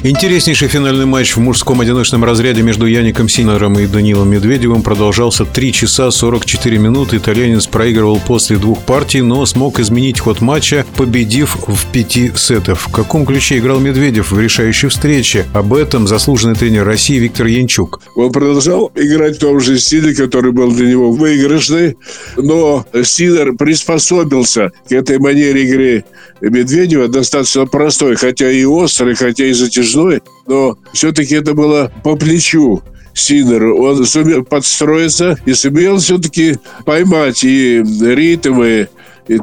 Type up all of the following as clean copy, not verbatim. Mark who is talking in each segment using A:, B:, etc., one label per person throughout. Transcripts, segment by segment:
A: Интереснейший финальный матч в мужском одиночном разряде между Яником Синнером и Даниилом Медведевым продолжался 3 часа 44 минуты. Итальянец проигрывал после 2 партий, но смог изменить ход матча, победив в 5 сетах. В каком ключе играл Медведев в решающей встрече? Об этом заслуженный тренер России Виктор Янчук.
B: Он продолжал играть в том же стиле, который был для него выигрышный, но Синнер приспособился к этой манере игры Медведева, достаточно простой, хотя и острый, хотя и затяжной, но все-таки это было по плечу Синнеру. Он сумел подстроиться и сумел все-таки поймать и ритмы, и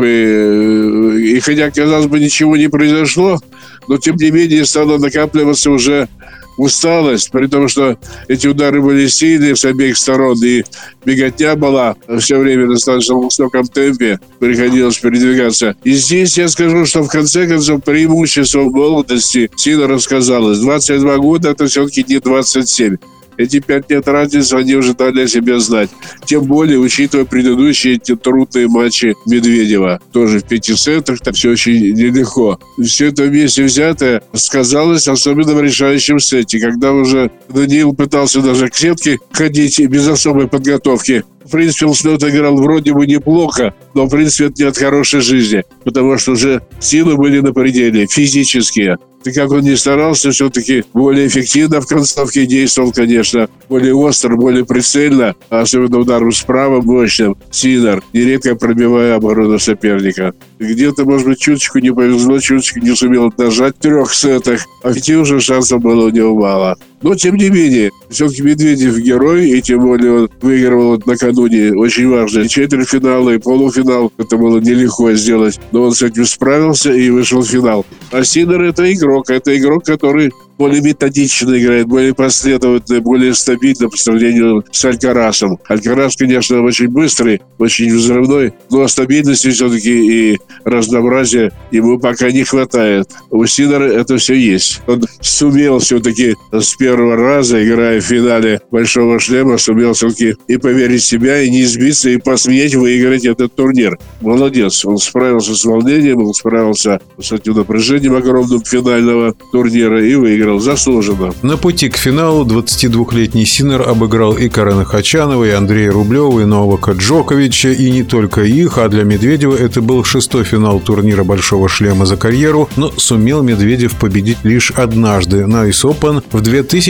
B: темпы. И хотя, казалось бы, ничего не произошло, но тем не менее стало накапливаться уже усталость, при том, что эти удары были сильные с обеих сторон, и беготня была все время в достаточно высоком темпе, приходилось передвигаться. И здесь я скажу, что в конце концов преимущество молодости Синнера сказалось. 22 года – это все-таки не 27. Эти 5 лет разницы они уже дали о себе знать. Тем более, учитывая предыдущие эти трудные матчи Медведева. Тоже в 5 сетах, там все очень нелегко. Все это вместе взятое сказалось, особенно в решающем сете, когда уже Даниил пытался даже к сетке ходить без особой подготовки. В принципе, он снова играл вроде бы неплохо, но, в принципе, это не от хорошей жизни, потому что уже силы были на пределе, физические. И как он ни старался, все-таки более эффективно в концовке действовал, конечно, более остро, более прицельно, особенно ударом справа мощным, Синнер, нередко пробивая оборону соперника. Где-то, может быть, чуточку не повезло, чуточку не сумел нажать в 3 сетах, а ведь уже шансов было у него мало. Но, тем не менее, все-таки Медведев герой, и тем более он выигрывал накануне очень важные четвертьфиналы и полуфинал. Это было нелегко сделать, но он с этим справился и вышел в финал. А Синнер – это игрок, который более методично играет, более последовательно, более стабильно по сравнению с Алькарасом. Алькарас, конечно, очень быстрый, очень взрывной, но стабильности все-таки и разнообразия ему пока не хватает. У Синнера это все есть. Он сумел все-таки с первого раза, играя в финале «Большого шлема», сумел все-таки и поверить в себя, и не сбиться, и посметь выиграть этот турнир. Молодец. Он справился с волнением, он справился с этим напряжением огромным финального турнира и выиграл заслуженно.
A: На пути к финалу 22-летний Синнер обыграл и Карена Хачанова, и Андрея Рублева, и Новака Джоковича, и не только их, а для Медведева это был 6-й финал турнира «Большого шлема» за карьеру, но сумел Медведев победить лишь однажды на US Open в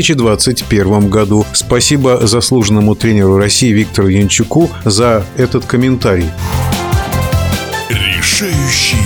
A: 2021 году. Спасибо заслуженному тренеру России Виктору Янчуку за этот комментарий.
C: Решающий